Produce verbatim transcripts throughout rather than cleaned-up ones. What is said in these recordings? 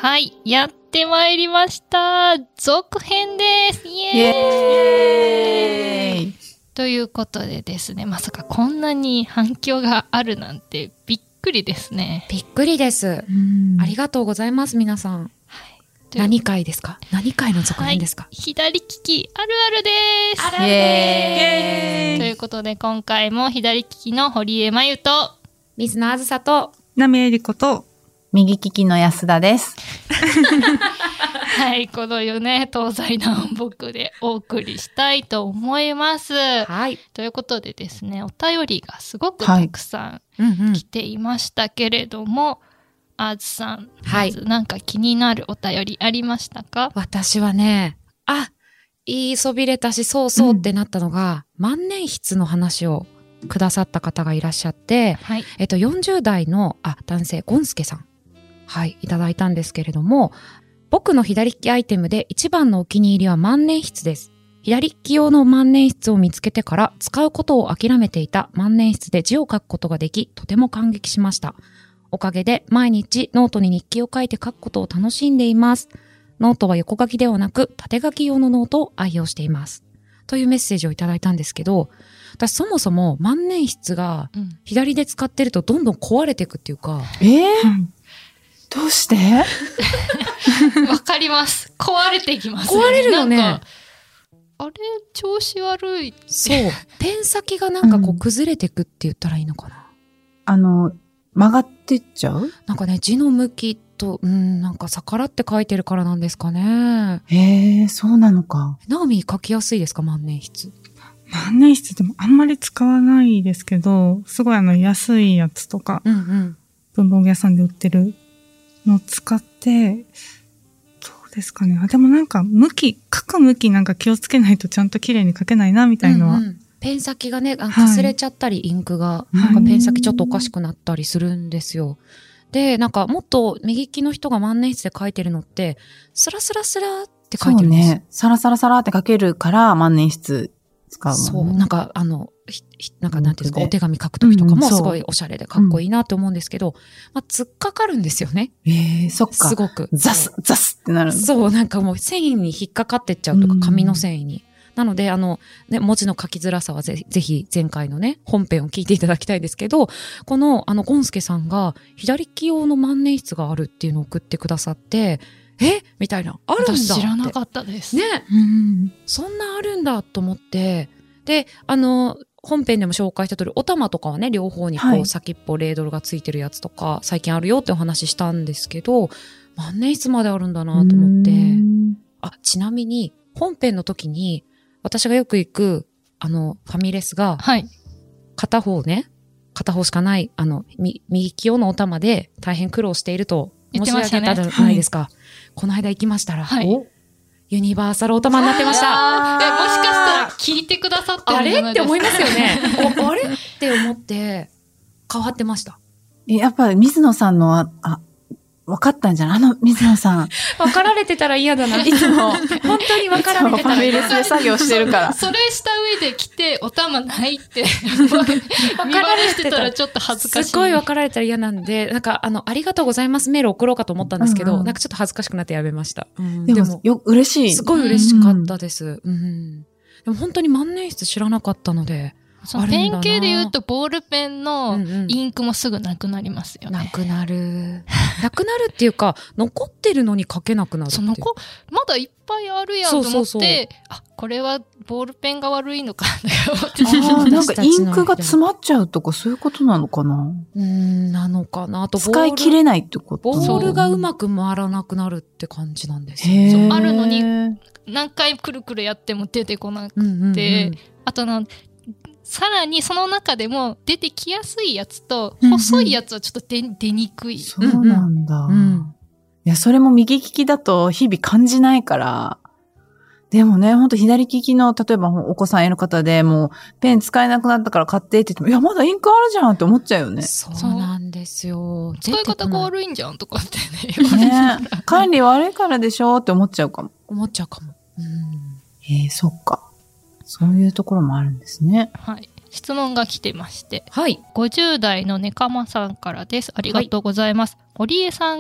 はい、やってまいりました。続編です。イエーイ、 イエーイということでですね、まさかこんなに反響があるなんてびっくりですね。 びっくりです。ありがとうございます、皆さん。はい、何回ですか？何回の続編ですか？ はい、左利きあるあるです。 あるあるです。 ということで今回も左利きの堀江真由と水野あずさと波江里子と右利きの安田です。 はい、このよね、東西南北でお送りしたいと思います。 はい。 ということでですね、お便りがすごくたくさん来ていましたけれども、あずさん、 はい、 まずなんか気になるお便りありましたか？ 私はね、あ、言いそびれたし、そうそうってなったのが、うん、万年筆の話をくださった方がいらっしゃって、はい、えっと、よんじゅう代の、あ、男性、ゴンスケさん。はい、いただいたんですけれども、僕の左利きアイテムで一番のお気に入りは万年筆です。左利き用の万年筆を見つけてから使うことを諦めていた万年筆で字を書くことができ、とても感激しました。おかげで毎日ノートに日記を書いて書くことを楽しんでいます。ノートは横書きではなく縦書き用のノートを愛用しています。というメッセージをいただいたんですけど、私そもそも万年筆が左で使ってるとどんどん壊れていくっていうか。 えーうんどうしてわかります。壊れていきます、ね。 壊れるよね。 あれ、調子悪いって。 そう。ペン先がなんかこう崩れていくって言ったらいいのかな。うん、 あの、曲がってっちゃう？ なんかね、字の向きと、うん、なんか逆らって書いてるからなんですかね。 へえ、そうなのか。 ナオミ書きやすいですか、万年筆？ 万年筆でもあんまり使わないですけど、すごいあの安いやつとか、うんうん、文房具屋さんで売ってるのを使って、どうですかね。あ、でもなんか向き、書く向きなんか気をつけないとちゃんと綺麗に書けないなみたいのは。うんうん、 ペン先がね、かすれちゃったり、はい、インクが、なんかペン先ちょっとおかしくなったりするんですよ。で、なんかもっと右利きの人が万年筆で書いてるのって、スラスラスラって書いてるんですよ。そうね。 サラサラサラって書けるから万年筆使うもんね。 そう、なんかあの、なんかなんていうんですか、お手紙書くときとかもすごいおしゃれでかっこいいなと思うんですけど、うん、まあ、突っかかるんですよね。 ええー、そっか。 すごく。 ザス、ザスってなる。 そう、なんかもう繊維に引っかかってっちゃうとか、紙の繊維に。なので、あの、ね、文字の書きづらさはぜぜひ前回のね、本編を聞いていただきたいですけど、この、あの、ゴンスケさんが左利き用の万年筆があるっていうのを送ってくださって、えみたいな。あるんだって。 私知らなかったです。 ね。うん。そんなあるんだと思って、で、あの、本編でも紹介した通り、お玉とかはね、両方にこう、はい、先っぽレードルがついてるやつとか、最近あるよってお話ししたんですけど、万年筆まであるんだなと思って。あ、ちなみに、本編の時に、私がよく行く、あの、ファミレスが、はい。片方ね、片方しかない、あの、み、右利き用のお玉で大変苦労していると申し上げたじゃないですか。はい、この間行きましたら、はい。ユニバーサルお玉になってました。 え、もしかしたら聞いてくださってるんじゃないですか？ あれって思いますよね。あれって思って変わってました。 やっぱり水野さんのは、あ、分かったんじゃない？あの水野さん。 分かられてたら嫌だな。いつも本当に分かられてたら嫌だ。 ファミレスで作業してるから。 そ, それした上で来てお玉ないって見バレしてたらちょっと恥ずかしい。 すごい分かられたら嫌なんで、なんかあのありがとうございますメール送ろうかと思ったんですけど、うんうん、なんかちょっと恥ずかしくなってやめました。うん、 でも、でもよ嬉しい。 すごい嬉しかったです。うんうん、でも本当に万年筆知らなかったので。 そのペン系で言うとボールペンのインクもすぐなくなりますよね。 なくなる。なくなるっていうか、残ってるのに書けなくなるっていう。 その子、まだいっぱいあるやんと思って、そうそうそう、あ、これはボールペンが悪いのかなと思ってあなんかインクが詰まっちゃうとかそういうことなのかな？ うーん、なのかな。あと使い切れないってこと？ ボールがうまく回らなくなるって感じなんですよね。そうあるのに何回くるくるやっても出てこなくて、うんうんうん、あとなんさらにその中でも出てきやすいやつと細いやつはちょっと 出,、うんうん、出にくい。 そうなんだ、うん。いや、それも右利きだと日々感じないから。でもね、ほんと左利きの、例えばお子さんいる方でもうペン使えなくなったから買ってって言っても、いや、まだインクあるじゃんって思っちゃうよね。 そうなんですよ。 使い方が悪いんじゃんとかってね。 ね管理悪いからでしょって思っちゃうかも。 思っちゃうかも。うん、 えー、そっか。そういうところもあるんですね。 はい。質問が来てまして。 はい。 ごじゅう代のネカマさんからです。ありがとうございます。堀江さんが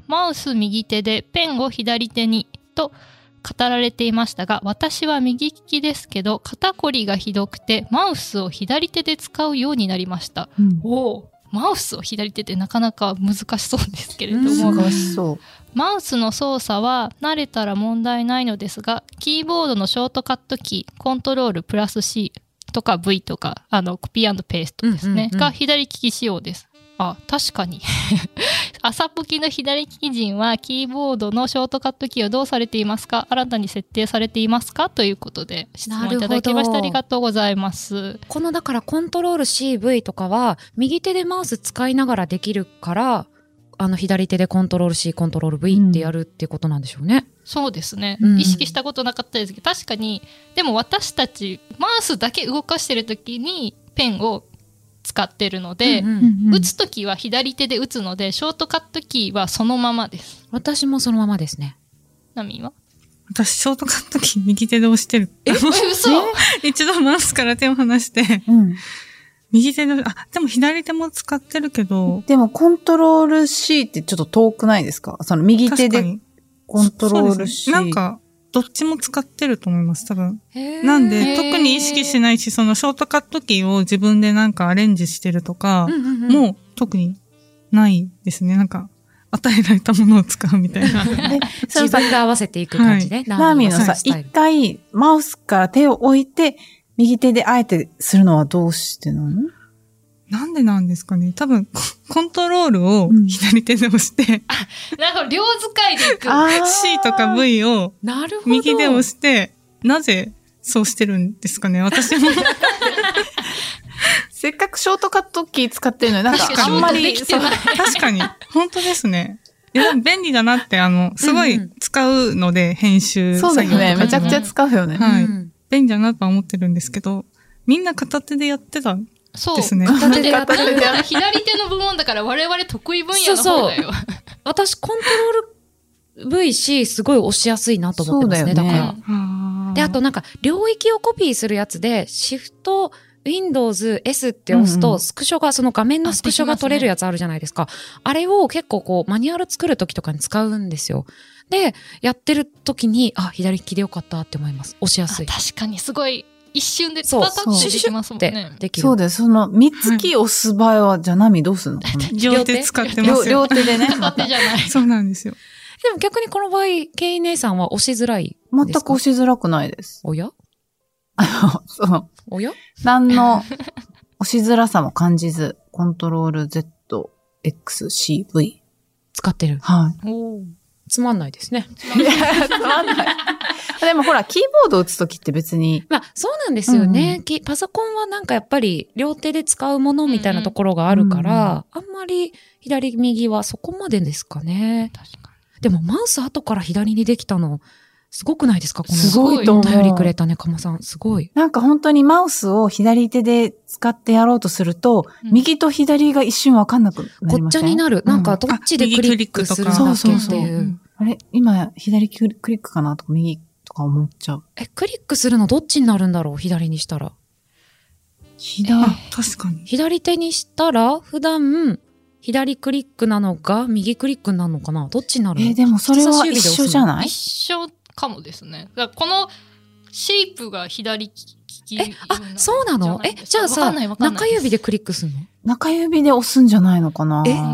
マウス右手でペンを左手にと語られていましたが、私は右利きですけど肩こりがひどくてマウスを左手で使うようになりました、うん、おマウスを左手ってなかなか難しそうですけれども、 難しそう。 マウスの操作は慣れたら問題ないのですが、キーボードのショートカットキーコントロールプラス C とか V とかあのコピー&ペーストですね、うんうんうん、が左利き仕様です。あ、確かに朝ポキの左利き人はキーボードのショートカットキーをどうされていますか、新たに設定されていますかということで質問いただきましてありがとうございます。 このだからコントロール シーブイ とかは右手でマウス使いながらできるから、あの左手でコントロール C コントロール V ってやるっていうことなんでしょうね、うん、 そうですね、うん、意識したことなかったですけど、確かにでも私たちマウスだけ動かしてる時にペンを使ってるので、うんうんうん、打つときは左手で打つのでショートカットキーはそのままです。 私もそのままですね。 ナミは？ 私ショートカットキー右手で押してる。 え、嘘一度マウスから手を離して、うん、右手で、あ、でも左手も使ってるけど。 でもコントロール C ってちょっと遠くないですか？その右手でコントロール C。 なんかどっちも使ってると思います、多分。なんで、特に意識しないし、そのショートカットキーを自分でなんかアレンジしてるとか、うんうんうん、もう特にないですね。なんか、与えられたものを使うみたいな。 自分が合わせていく感じね。 ナーミーのさ、一回マウスから手を置いて、右手であえてするのはどうしてなの？ なんでなんですかね。多分、コントロールを左手で押して、うん、 あ、なるほど、両使いでいく。 C とか V を右で押して、なぜそうしてるんですかね、私も。 せっかくショートカットキー使ってるのに、なんかあんまり、 そう確かに、本当ですね。いや、便利だなって、あの、すごい使うので、うんうん、編集作業とか。そうですね、めちゃくちゃ使うよね。 はい。うん、便利だなとは思ってるんですけど、みんな片手でやってた。 そうですね。 片手でやってる。左手の部門だから我々得意分野の方だよ。そうそう私コントロール ブイシー すごい押しやすいなと思ってますね。だよね。だから。で、あとなんか領域をコピーするやつで、シフト Windows S って押すと、スクショが、その画面のスクショが取れるやつあるじゃないですか。あ, す、ね、あれを結構こう、マニュアル作るときとかに使うんですよ。で、やってるときに、あ、左利きでよかったって思います。押しやすい。 確かにすごい。一瞬でタタッチできますもんね。 できる。 そうです。その三つキー押す場合は、じゃあナミどうするの？ 両手使ってますよ。両手でね。 片手じゃない。 そうなんですよ。 でも逆にこの場合、ケイ姉さんは押しづらいですか？ 全く押しづらくないです。 おや？ あの、そう。 おや？ 何の押しづらさも感じず、コントロール Z、X、C、V。 使ってる。 はい。 おー。つまんないですね。 いや、つまんない。でもほら、キーボード打つときって別に。 まあ、そうなんですよね、うんうん。パソコンはなんかやっぱり両手で使うものみたいなところがあるから、うんうん、あんまり左右はそこまでですかね。確かに。でもマウス後から左にできたの、すごくないですか？このすごいと思う。 頼りくれたね、かまさん。すごい。 なんか本当にマウスを左手で使ってやろうとすると、うん、右と左が一瞬わかんなくなりません？ ごっちゃになる。なんかどっちでクリックするんだっけっていう。そうそうそう。 あれ今、左クリックかなとか、右とか思っちゃう。 え、クリックするのどっちになるんだろう？左にしたら。 左。 確かに。 左手にしたら、普段、左クリックなのが、右クリックなのかな？どっちになるの？ えー、でもそれは一緒じゃない？ 一緒かもですね。だからこのシェイプが左利き。 え、あ、そうなの？え、じゃあさ、中指でクリックするの？ 中指で押すんじゃないのかな？ え、うん。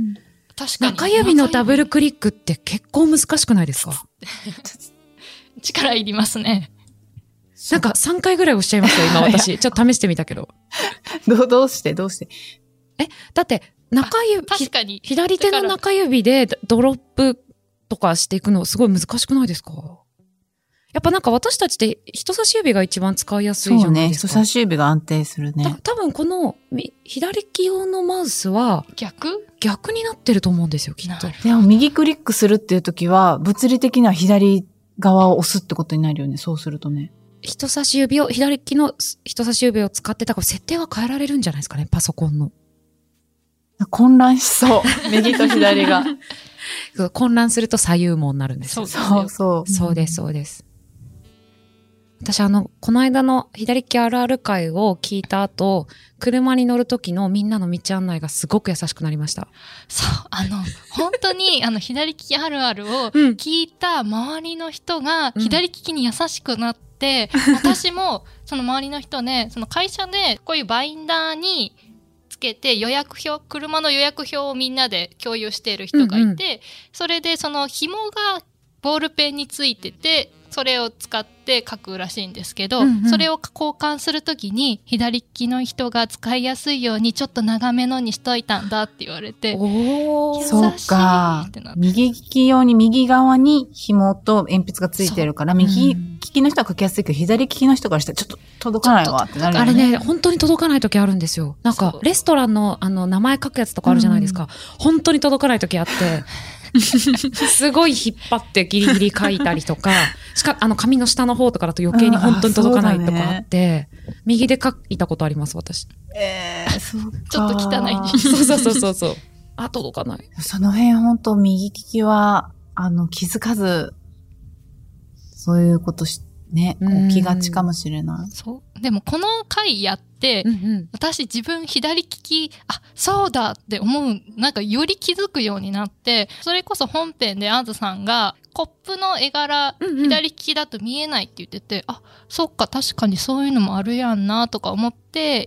確かに。中指のダブルクリックって結構難しくないですか？ 力いりますね。 なんかさんかいぐらい押しちゃいましたよ、今私。ちょっと試してみたけど。 どう、どうしてどうしてえ、だって、中指、 確かに。 左手の中指でドロップとかしていくのすごい難しくないですか？やっぱなんか私たちって人差し指が一番使いやすいじゃないですか。 そうね、人差し指が安定するね。 多分この左利き用のマウスは逆逆になってると思うんですよ、きっと。 でも右クリックするっていう時は、物理的には左側を押すってことになるよね、そうするとね。 人差し指を、左利きの人差し指を使ってたから設定は変えられるんじゃないですかね、パソコンの。 混乱しそう。右と左が。 混乱すると左右網になるんですよ。 そうそう。 そうです、そうです。 私あの、この間の左利きあるある会を聞いた後、車に乗る時のみんなの道案内がすごく優しくなりました。 そう、あの、本当に、あの、左利きあるあるを聞いた周りの人が、左利きに優しくなって、うん、私も、その周りの人ね、その会社で、こういうバインダーにつけて予約表、車の予約表をみんなで共有している人がいて、うんうん、それでその紐がボールペンについてて、それを使って書くらしいんですけど、うんうん、それを交換するときに左利きの人が使いやすいようにちょっと長めのにしといたんだって言われて、 おー、そうか。右利き用に右側に紐と鉛筆がついてるから、右利きの人は書きやすいけど、左利きの人からしたらちょっと届かないわってなるよね。 あれね、本当に届かないときあるんですよ。なんか、レストランのあの名前書くやつとかあるじゃないですか。うん、本当に届かないときあって。すごい引っ張ってギリギリ書いたりとか、しか、あの紙の下の方とかだと余計に本当に届かないとかあって、うんね、右で書いたことあります、私。 えー、そうか。 ちょっと汚い。 そうそうそうそう。あ、届かない。 その辺本当右利きは、あの、気づかず、そういうことし、ね、起きがちかもしれない。 そう。でもこの回やって、うんうん、私自分左利き、あ、そうだって思う、なんかより気づくようになって、それこそ本編であずさんが、コップの絵柄、うんうん、左利きだと見えないって言ってて、あ、そっか、確かにそういうのもあるやんなとか思って、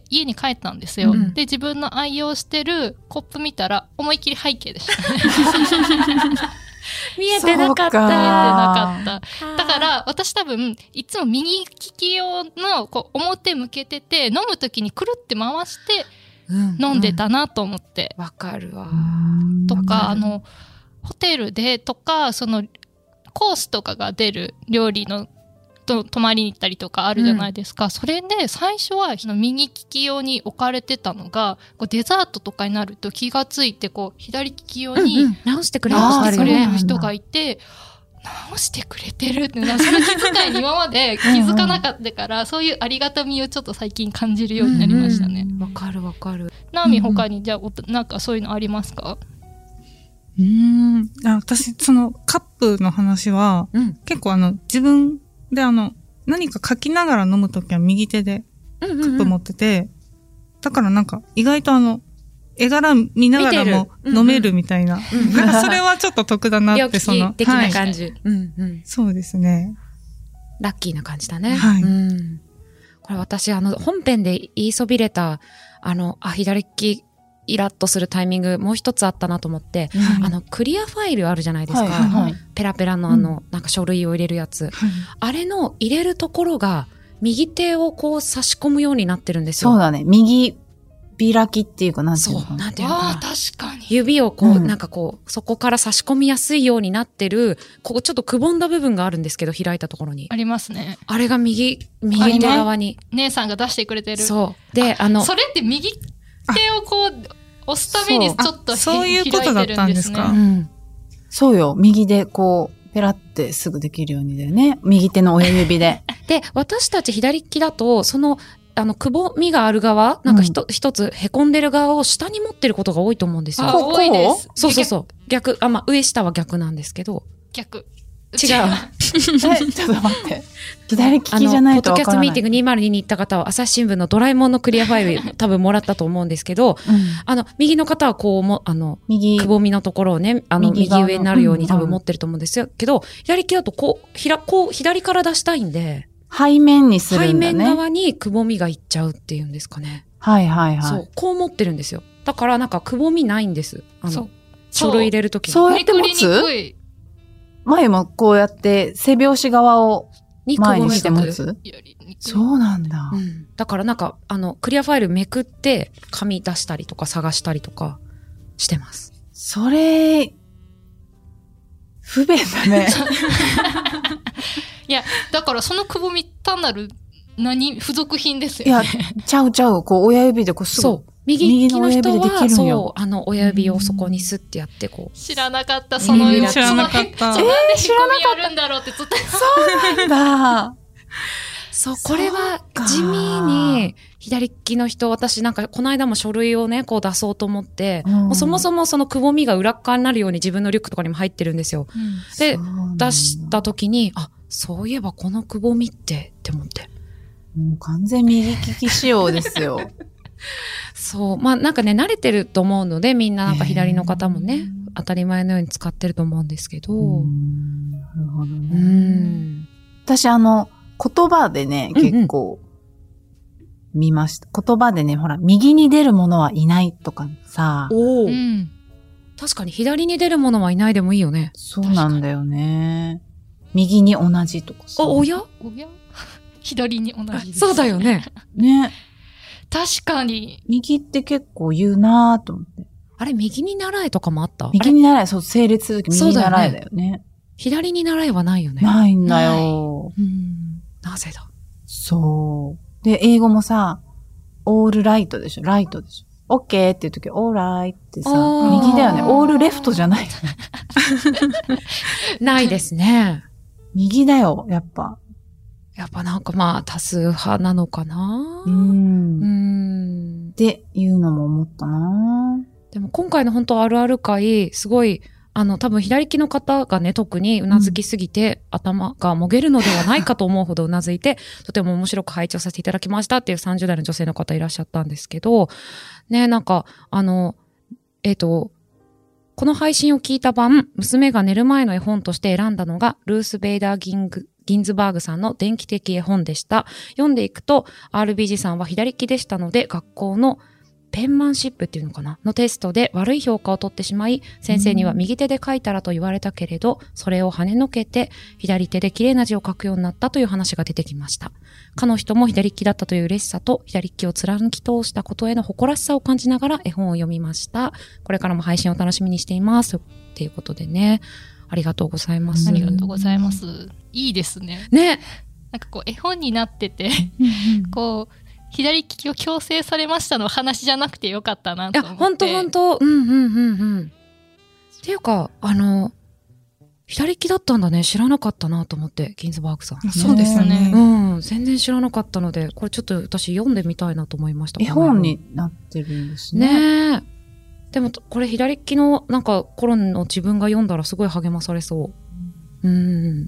家に帰ったんですよ。うん、で、自分の愛用してるコップ見たら、思いっきり背景でしたね。 見えてなかった。見えてなかった。だから、私多分、いつも右利き用のこう表向けてて、飲むときにくるって回して、飲んでたなと思って。 わ、うんうん、かるわ。 とか、あの、ホテルでとか、その、コースとかが出る料理の、と泊まりに行ったりとかあるじゃないですか。うん、それで最初は右利き用に置かれてたのが、こうデザートとかになると気がついて、こう左利き用に、うんうん、 直してくれる人がいて、直してくれてるってな、その気遣いに今まで気づかなかったから、そういうありがたみをちょっと最近感じるようになりましたね。 わ、うんうん、かるわかる。 ナオミ他にじゃあ、なんかそういうのありますか？ うーん。あ、私、そのカップの話は、うん、結構あの、自分であの、何か書きながら飲むときは右手でカップ持ってて、うんうんうん、だからなんか意外とあの、絵柄見ながらも飲めるみたいな。うんうん、なんかそれはちょっと得だなって、その。 的な感じ、はい、うんうん。 そうですね。 ラッキーな感じだね。 はい。 うん、これ私、あの、本編で言いそびれた、あの、あ、左利き、イラッとするタイミングもう一つあったなと思って、はい、あのクリアファイルあるじゃないですか、はいはいはい、ペラペラのあの、うん、なんか書類を入れるやつ、はい、あれの入れるところが右手をこう差し込むようになってるんですよ。 そうだね、右開きっていうかなんていうのそうなんていうのかな、 あ確かに指をこう、うん、なんかこうそこから差し込みやすいようになってるここちょっとくぼんだ部分があるんですけど、開いたところにありますね。 あれが右右手側に、 ね、姉さんが出してくれてる。 そうで、あのそれって右手をこう押すためにちょっとそういうことだったんですか、うん、 そうよ、右でこうペラってすぐできるようにだよね、右手の親指でで、私たち左利きだとそのあのくぼみがある側なんかひと、うん、一つへこんでる側を下に持ってることが多いと思うんですよ。 あ、多いです。 そうそうそう、逆、あ、まあ上下は逆なんですけど、 逆違うえ、ちょっと待って。左利きじゃないと分からない。ポッドキャストミーティングにせんにに行った方は、朝日新聞のドラえもんのクリアファイル多分もらったと思うんですけど、うん、あの、右の方はこうも、あの、右くぼみのところをね、あの、右上になるように多分持ってると思うんですよ。けど、左利きだとこう、ひら、こう、左から出したいんで、 背面にするんだね。 背面側にくぼみがいっちゃうっていうんですかね。 はいはいはい。 そう、こう持ってるんですよ。だからなんかくぼみないんです。あの、書類入れるときに。 そうやって持つ？前もこうやって背拍子側を前にして持つ？そうなんだ、 うん。だからなんか、あの、クリアファイルめくって、紙出したりとか探したりとかしてます。 それ、不便だね。 いや、だからそのくぼみ単なる何、付属品ですよね。 いや、ちゃうちゃう、こう親指でこうすぐ。そう。 右利きの人は、そう、あの、親指をそこにスッてやって、こう。 知らなかった、その、 知らなかった。 その、その、なんで仕込みやるんだろうってずっと。 そうなんだ。 そう、これは地味に、左利きの人、私なんか、この間も書類をね、こう出そうと思って、うん、もうそもそもそのくぼみが裏側になるように自分のリュックとかにも入ってるんですよ。うん、で、出した時に、あ、 そういえばこのくぼみってって思って。 もう完全右利き仕様ですよ。 そう。まあなんかね、慣れてると思うので、みんななんか左の方もね、当たり前のように使ってると思うんですけど。 うん、なるほどね。うん、私あの、言葉でね、結構見ました。うんうん、言葉でね、ほら、右に出る者はいないとかさ。 おー、うん。確かに左に出る者はいないでもいいよね。 そうなんだよね。右に同じとかさ。 お、おやおや左に同じです。 そうだよね。 ね。 確かに。 右って結構言うなぁと思って。 あれ、右に習えとかもあった？ 右に習え、そう、整列するとき右に習えだよね。 左に習えはないよね。 ないんだよ。 うん。なぜだ？ そう。で、英語もさ、オールライトでしょ、ライトでしょ。オッケーっていうとき、オーライってさ、右だよね。オールレフトじゃないよね。 ないですね。 右だよ、やっぱ。 やっぱなんかまあ多数派なのかな。 うん。うん。っていうのも思ったな。 でも今回の本当あるある会、すごい、あの多分左利きの方がね、特にうなずきすぎて、うん、頭がもげるのではないかと思うほどうなずいて、とても面白く拝聴させていただきましたっていうさんじゅう代の女性の方いらっしゃったんですけど、ね、なんか、あの、えっと、この配信を聞いた晩、娘が寝る前の絵本として選んだのが、ルース・ベイダー・ギング、ギンズバーグさんの電気的絵本でした。読んでいくと、アールビージー さんは左利きでしたので、学校のペンマンシップっていうのかなのテストで悪い評価を取ってしまい、先生には右手で書いたらと言われたけれど、それを跳ねのけて、左手で綺麗な字を書くようになったという話が出てきました。かの人も左利きだったという嬉しさと、左利きを貫き通したことへの誇らしさを感じながら絵本を読みました。これからも配信を楽しみにしています。っていうことでね。ありがとうございます。 ありがとうございます。いいですね。 ね。 なんかこう絵本になってて、こう、左利きを強制されましたの話じゃなくてよかったなと思って。いや、 ほんとほんと。うんうんうんうん。っていうか、あの、左利きだったんだね。知らなかったなと思って、ギンズバーグさん。 そうですね。 うん。全然知らなかったので、これちょっと私読んでみたいなと思いました。 絵本になってるんですね。 ねえ。でも、これ左利きのなんか頃の自分が読んだらすごい励まされそう。うん。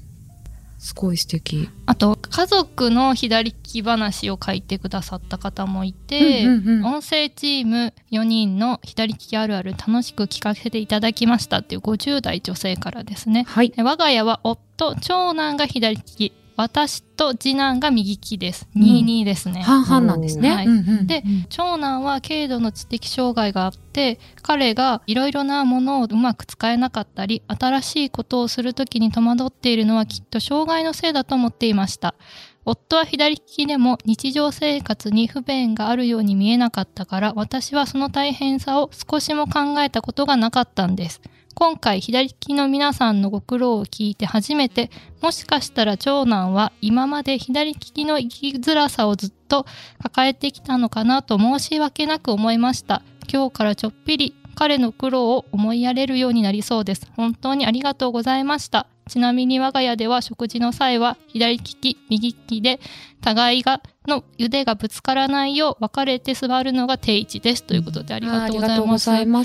すごい素敵。 あと、家族の左利き話を書いてくださった方もいて、うんうんうん、音声チームよにんの左利きあるある楽しく聞かせていただきましたっていうごじゅう代女性からですね。はい。我が家は夫、長男が左利き、私と次男が右利きです。にたいにですね。 半々なんですね。 はい。うんうん、で、長男は軽度の知的障害があって、彼がいろいろなものをうまく使えなかったり、新しいことをするときに戸惑っているのはきっと障害のせいだと思っていました。夫は左利きでも日常生活に不便があるように見えなかったから、私はその大変さを少しも考えたことがなかったんです。今回左利きの皆さんのご苦労を聞いて初めて、もしかしたら長男は今まで左利きの生きづらさをずっと抱えてきたのかなと申し訳なく思いました。今日からちょっぴり彼の苦労を思いやれるようになりそうです。本当にありがとうございました。ちなみに我が家では食事の際は左利き、右利きで互いがの腕がぶつからないよう分かれて座るのが定位置ですということでありがとうございます。ありがとうございます。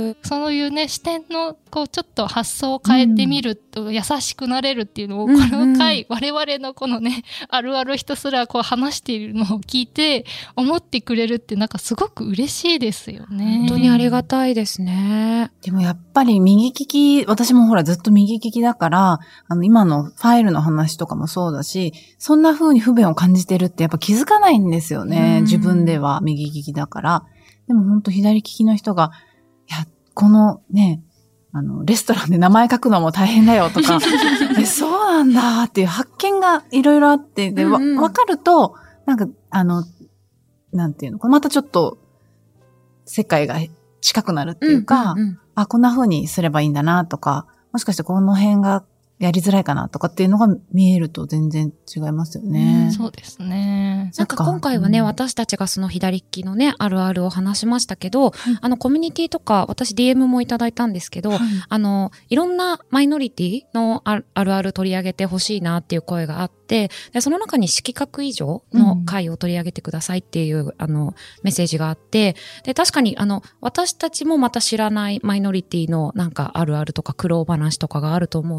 そういうね視点のこうちょっと発想を変えてみると優しくなれるっていうのを、うん、この回、我々のこのねあるあるひたすらこう話しているのを聞いて思ってくれるってなんかすごく嬉しいですよね。 本当にありがたいですね。 でもやっぱり右利き、私もほらずっと右利きだから、あの今のファイルの話とかもそうだし、そんな風に不便を感じてるってやっぱ気づかないんですよね。自分では右利きだから。でも本当左利きの人が、いや、このね、あの、レストランで名前書くのも大変だよとか、え、そうなんだっていう発見がいろいろあって、で、わ、わかると、なんか、あの、なんていうのか、またちょっと世界が近くなるっていうか、うんうんうん、あ、こんな風にすればいいんだなとか、もしかしてこの辺がやりづらいかなとかっていうのが見えると全然違いますよね。 うん、そうですね。 なんか今回はね、うん、私たちがその左利きのね、あるあるを話しましたけど、はい、あのコミュニティとか、私 ディーエム もいただいたんですけど、はい、あの、いろんなマイノリティのあるある取り上げてほしいなっていう声があって、でその中に色覚以上の回を取り上げてくださいっていう、うん、あの、メッセージがあって、で、確かにあの、私たちもまた知らないマイノリティのなんかあるあるとか苦労話とかがあると思うし、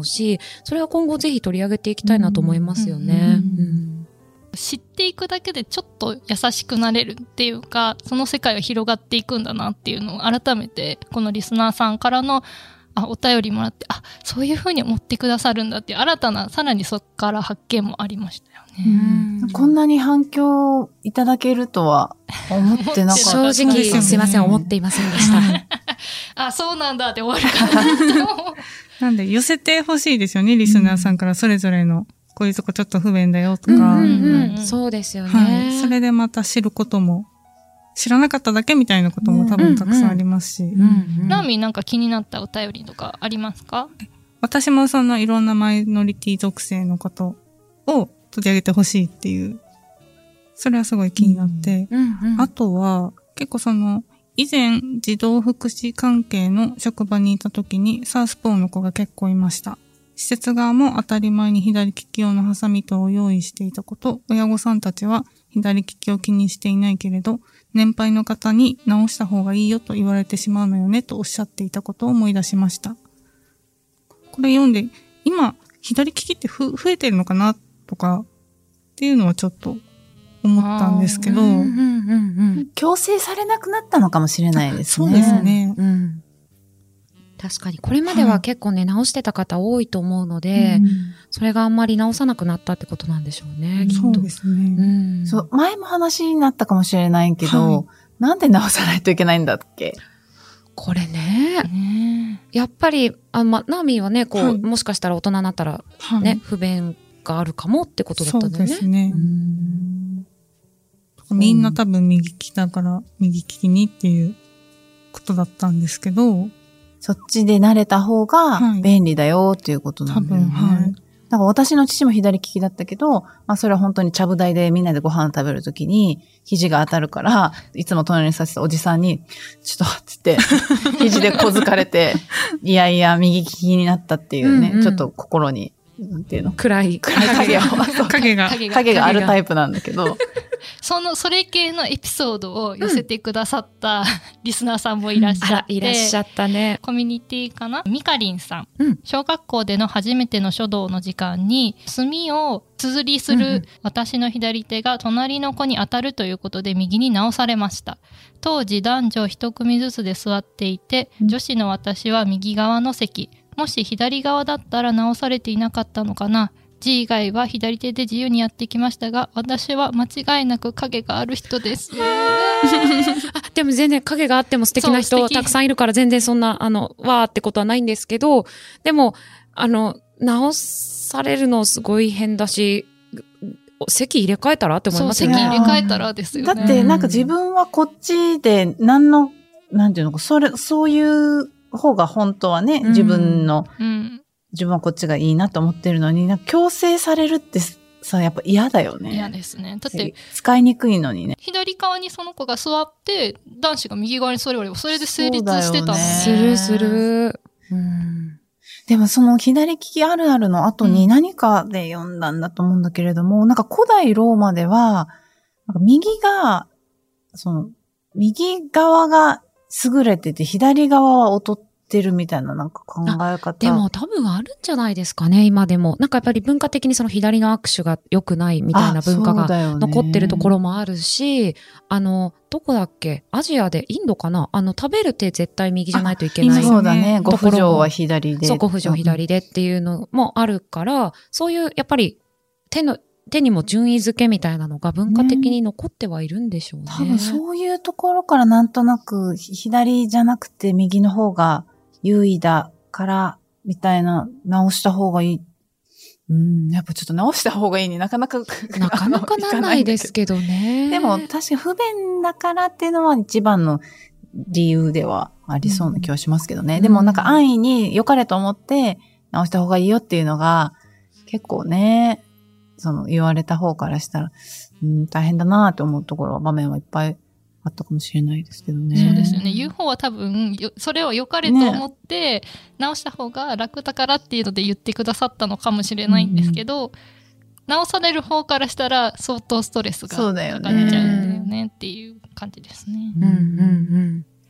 それは今後ぜひ取り上げていきたいなと思いますよね。うんうん、 知っていくだけでちょっと優しくなれるっていうか、その世界が広がっていくんだなっていうのを改めてこのリスナーさんからのあお便りもらって、あそういう風に思ってくださるんだっていう新たなさらにそこから発見もありましたよね。 うん、こんなに反響いただけるとは思ってなかった。 正直すいません、思っていませんでした。 あそうなんだって終わるかなって思う。 なんで寄せてほしいですよね、リスナーさんからそれぞれの。こういうとこちょっと不便だよとか、うんうんうん、そうですよね、 はい。それでまた知ることも、知らなかっただけみたいなことも多分たくさんありますし。 ラーミーなんか気になったお便りとかありますか？ 私もそのいろんなマイノリティ属性のことを取り上げてほしいっていう、それはすごい気になって、うんうんうん、あとは結構その、以前児童福祉関係の職場にいた時にサウスポーの子が結構いました。施設側も当たり前に左利き用のハサミ等を用意していたこと、親御さんたちは左利きを気にしていないけれど、年配の方に直した方がいいよと言われてしまうのよねとおっしゃっていたことを思い出しました。これ読んで、今、左利きってふ増えてるのかなとかっていうのはちょっと思ったんですけど、うんうんうんうん、強制されなくなったのかもしれないですね。 そうですね。うん、 確かにこれまでは結構ね、直してた方多いと思うので、うん、それがあんまり直さなくなったってことなんでしょうね、きっと。 そうですね、 うん、そう前も話になったかもしれないけど、はい、なんで直さないといけないんだっけ。 これね、ねやっぱりあ、ま、ナーミーはねこう、はい、もしかしたら大人になったらね、はい、不便があるかもってことだったんだよね。 そうですね。うんみんな多分右利きだから右利きにっていうことだったんですけど、 そっちで慣れた方が便利だよっていうことなんだよね。はい、多分、はい。なんか私の父も左利きだったけど、まあそれは本当にちゃぶ台でみんなでご飯食べるときに肘が当たるから、いつも隣にさせたおじさんに、ちょっとつって、肘で小づかれて、いやいや右利きになったっていうね、うんうん、ちょっと心に、なんていうの暗い。 暗い影を。影が。影があるタイプなんだけど。 その、それ系のエピソードを寄せてくださった、うん、リスナーさんもいらっしゃって。 いらっしゃったね。 コミュニティかなみかりんさん、うん。小学校での初めての書道の時間に、墨を綴りする私の左手が隣の子に当たるということで右に直されました。当時男女一組ずつで座っていて、女子の私は右側の席。もし左側だったら直されていなかったのかな。G 以外は左手で自由にやってきましたが、私は間違いなく影がある人です。 あでも全然影があっても素敵な人たくさんいるから全然そんな、あの、わーってことはないんですけど、でも、あの、直されるのすごい変だし、席入れ替えたらって思いますよね。席入れ替えたらですよね。 だってなんか自分はこっちで何の、なんていうのか、それ、そういう方が本当はね、自分の、うんうん自分はこっちがいいなと思ってるのに、なんか強制されるってさ、やっぱ嫌だよね。 嫌ですね。だって、 使いにくいのにね。 左側にその子が座って、男子が右側に座れば、それで成立してたの、ね。 するする。うん。 でもその左利きあるあるの後に何かで読んだんだと思うんだけれども、うん、なんか古代ローマでは、なんか右が、その、右側が優れてて、左側は劣って、てるみたいななんか考え方。 でも多分あるんじゃないですかね、今でも。なんかやっぱり文化的にその左の握手が良くないみたいな文化が残ってるところもあるし、あ, あの、どこだっけアジアで、インドかなあの、食べる手絶対右じゃないといけない。 そうだね。ご不条は左で。 そう、ご不条左でっていうのもあるから、そういうやっぱり手の、手にも順位付けみたいなのが文化的に残ってはいるんでしょうね。ね多分そういうところからなんとなく左じゃなくて右の方が優位だから、みたいな、直した方がいい。うん、やっぱちょっと直した方がいいになかなか、 なかなかならないですけどね。 でも確かに不便だからっていうのは一番の理由ではありそうな気はしますけどね。うん、でもなんか安易に良かれと思って直した方がいいよっていうのが、結構ね、その言われた方からしたら、うん、大変だなって思うところは場面はいっぱいあったかもしれないですけどね。 そうですよね。言う方は多分それを良かれと思って直した方が楽だからっていうので言ってくださったのかもしれないんですけど、うん、直される方からしたら相当ストレスがかかっちゃうんだよねっていう感じですね。 うんうんうん。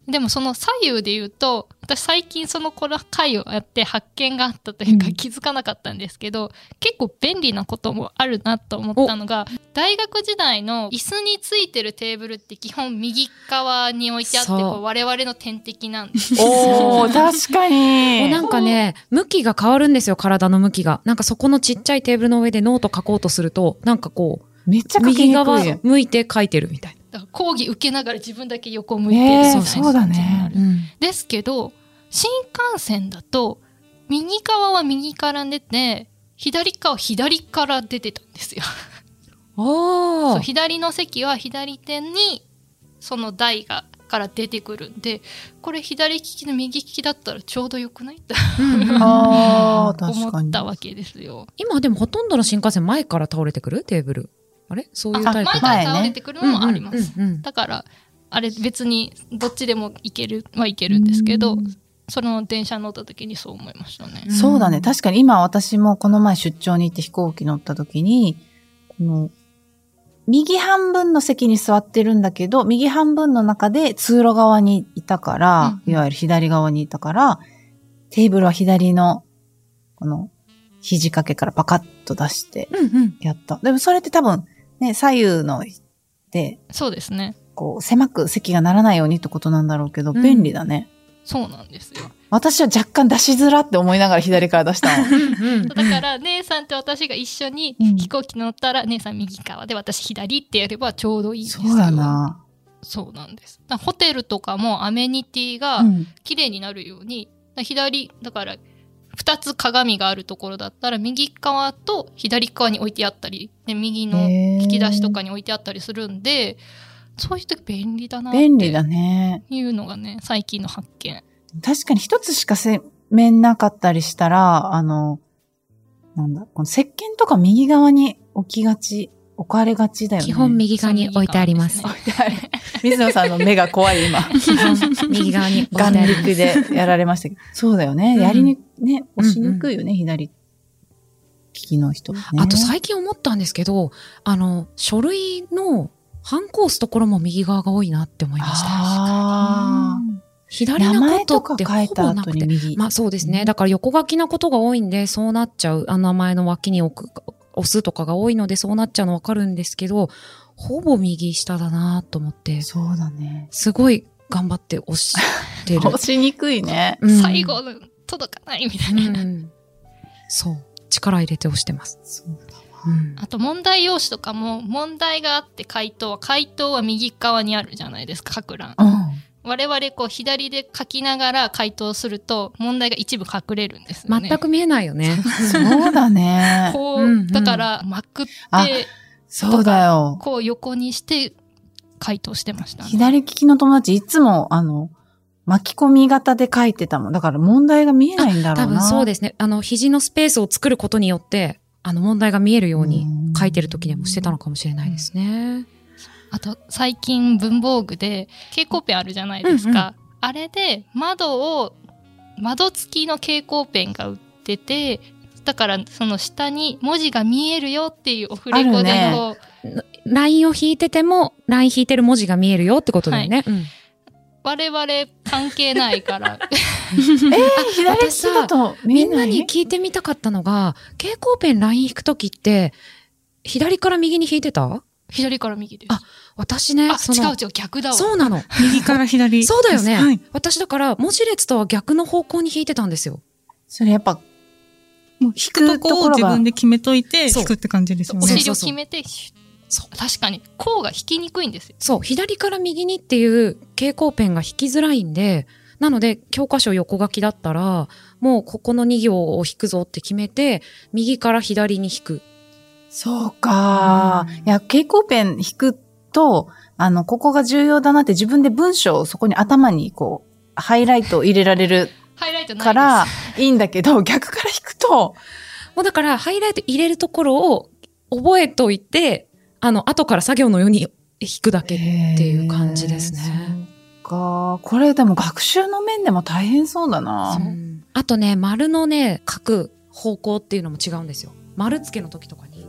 でもその左右で言うと、私最近その回をやって発見があったというか気づかなかったんですけど、うん、結構便利なこともあるなと思ったのが、大学時代の椅子についてるテーブルって基本右側に置いてあって、我々の天敵なんですよ。 おー、確かに。 なんかね、向きが変わるんですよ、体の向きが。なんかそこのちっちゃいテーブルの上でノート書こうとすると、なんかこう、 めっちゃ書きにくい。 右側向いて書いてるみたいな。 だから講義受けながら自分だけ横向いてるみたいな感じになる。 そうだね。うん、 ですけど、新幹線だと、右側は右から出て、左側は左から出てたんですよ。 ああ。 左の席は左手に、その台が、から出てくるんで、これ左利きの右利きだったらちょうどよくないって思ったわけですよ。 今でもほとんどの新幹線前から倒れてくるテーブル。あれそういうタイプ。 前から倒れてくるのもあります。だから、あれ別にどっちでもいけるはいけるんですけど、その電車乗った時にそう思いましたね。 そうだね。確かに今私もこの前出張に行って飛行機乗った時に、この右半分の席に座ってるんだけど、右半分の中で通路側にいたから、うん、いわゆる左側にいたから、テーブルは左の、この、肘掛けからパカッと出してやった。うんうん、でもそれって多分、ね、左右ので、 そうですね。 こう、狭く席がならないようにってことなんだろうけど、うん、便利だね。 そうなんですよ。 私は若干出しづらって思いながら左から出したの。 だから姉さんと私が一緒に飛行機乗ったら、うん、姉さん右側で私左ってやればちょうどいいんですよ。 そうだな。 そうなんです。ホテルとかもアメニティが綺麗になるように、うん、左、だから二つ鏡があるところだったら右側と左側に置いてあったり、で右の引き出しとかに置いてあったりするんで、そういう時便利だなって。 便利だね。 いうのがね、最近の発見。 確かに一つしか洗面なかったりしたら、あの、なんだ、この石鹸とか右側に置きがち、置かれがちだよね。 基本右側に置いてあります。 水野さんの目が怖い今。 基本右側に置いてあります。 眼力でやられましたけど。そうだよね。うん、やりに、ね、押しにくいよね、うんうん、左利きの人、ね。 あと最近思ったんですけど、あの、書類のハンコ押すところも右側が多いなって思いました。 ああ。 左のことってほぼなくて。まあそうですね。だから横書きなことが多いんで、そうなっちゃう。あの名前の脇に置く、押すとかが多いので、そうなっちゃうのわかるんですけど、ほぼ右下だなと思って。 そうだね。 すごい頑張って押してる。 押しにくいね。 うん、最後、届かないみたいな、うん。 そう。力入れて押してます。そうだわ。 うん、あと問題用紙とかも、問題があって回答は、回答は右側にあるじゃないですか、各欄。うん我々こう左で書きながら回答すると問題が一部隠れるんですよね。 全く見えないよね。 そうだね。 こう、うんうん、だからまくって、 そうだよ。 こう横にして回答してました、ね。 左利きの友達いつもあの、巻き込み型で書いてたもん。だから問題が見えないんだろうな。 多分そうですね。あの、肘のスペースを作ることによって、あの問題が見えるように書いてる時でもしてたのかもしれないですね。 あと、最近文房具で蛍光ペンあるじゃないですか。うんうん、あれで窓を、窓付きの蛍光ペンが売ってて、だからその下に文字が見えるよっていうオフレコでこう、 ね、ラインを引いてても、ライン引いてる文字が見えるよってことだよね。はいうん、 我々関係ないから。 えー、左利きだと見えない？ みんなに聞いてみたかったのが、蛍光ペンライン引くときって、左から右に引いてた？ 左から右です。 あ、私ね。 あ、その違う違う、逆だわ。 そうなの。 右から左。 そうだよね。はい。私だから、文字列とは逆の方向に引いてたんですよ。 それやっぱ、 もう引くとこを自分で決めといて、引くって感じですよね。 お尻を決めて、そう。確かに、こうが引きにくいんですよ。 そう。左から右にっていう蛍光ペンが引きづらいんで、なので、教科書横書きだったら、もうここのに行を引くぞって決めて、右から左に引く。 そうか、うん。いや、蛍光ペン引くと、あの、ここが重要だなって自分で文章をそこに頭にこう、ハイライトを入れられるからいいんだけど、逆から引くと。もうだから、ハイライト入れるところを覚えといて、あの、後から作業のように引くだけっていう感じですね。 そうか。これでも学習の面でも大変そうだな。 うん、あとね、丸のね、書く方向っていうのも違うんですよ。丸付けの時とかに。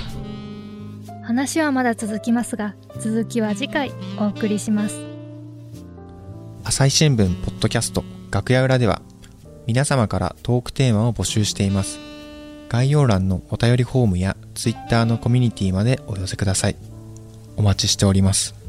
話はまだ続きますが、続きは次回お送りします。 朝日新聞ポッドキャスト楽屋裏では皆様からトークテーマを募集しています。概要欄のお便りフォームやツイッターのコミュニティまでお寄せください。お待ちしております。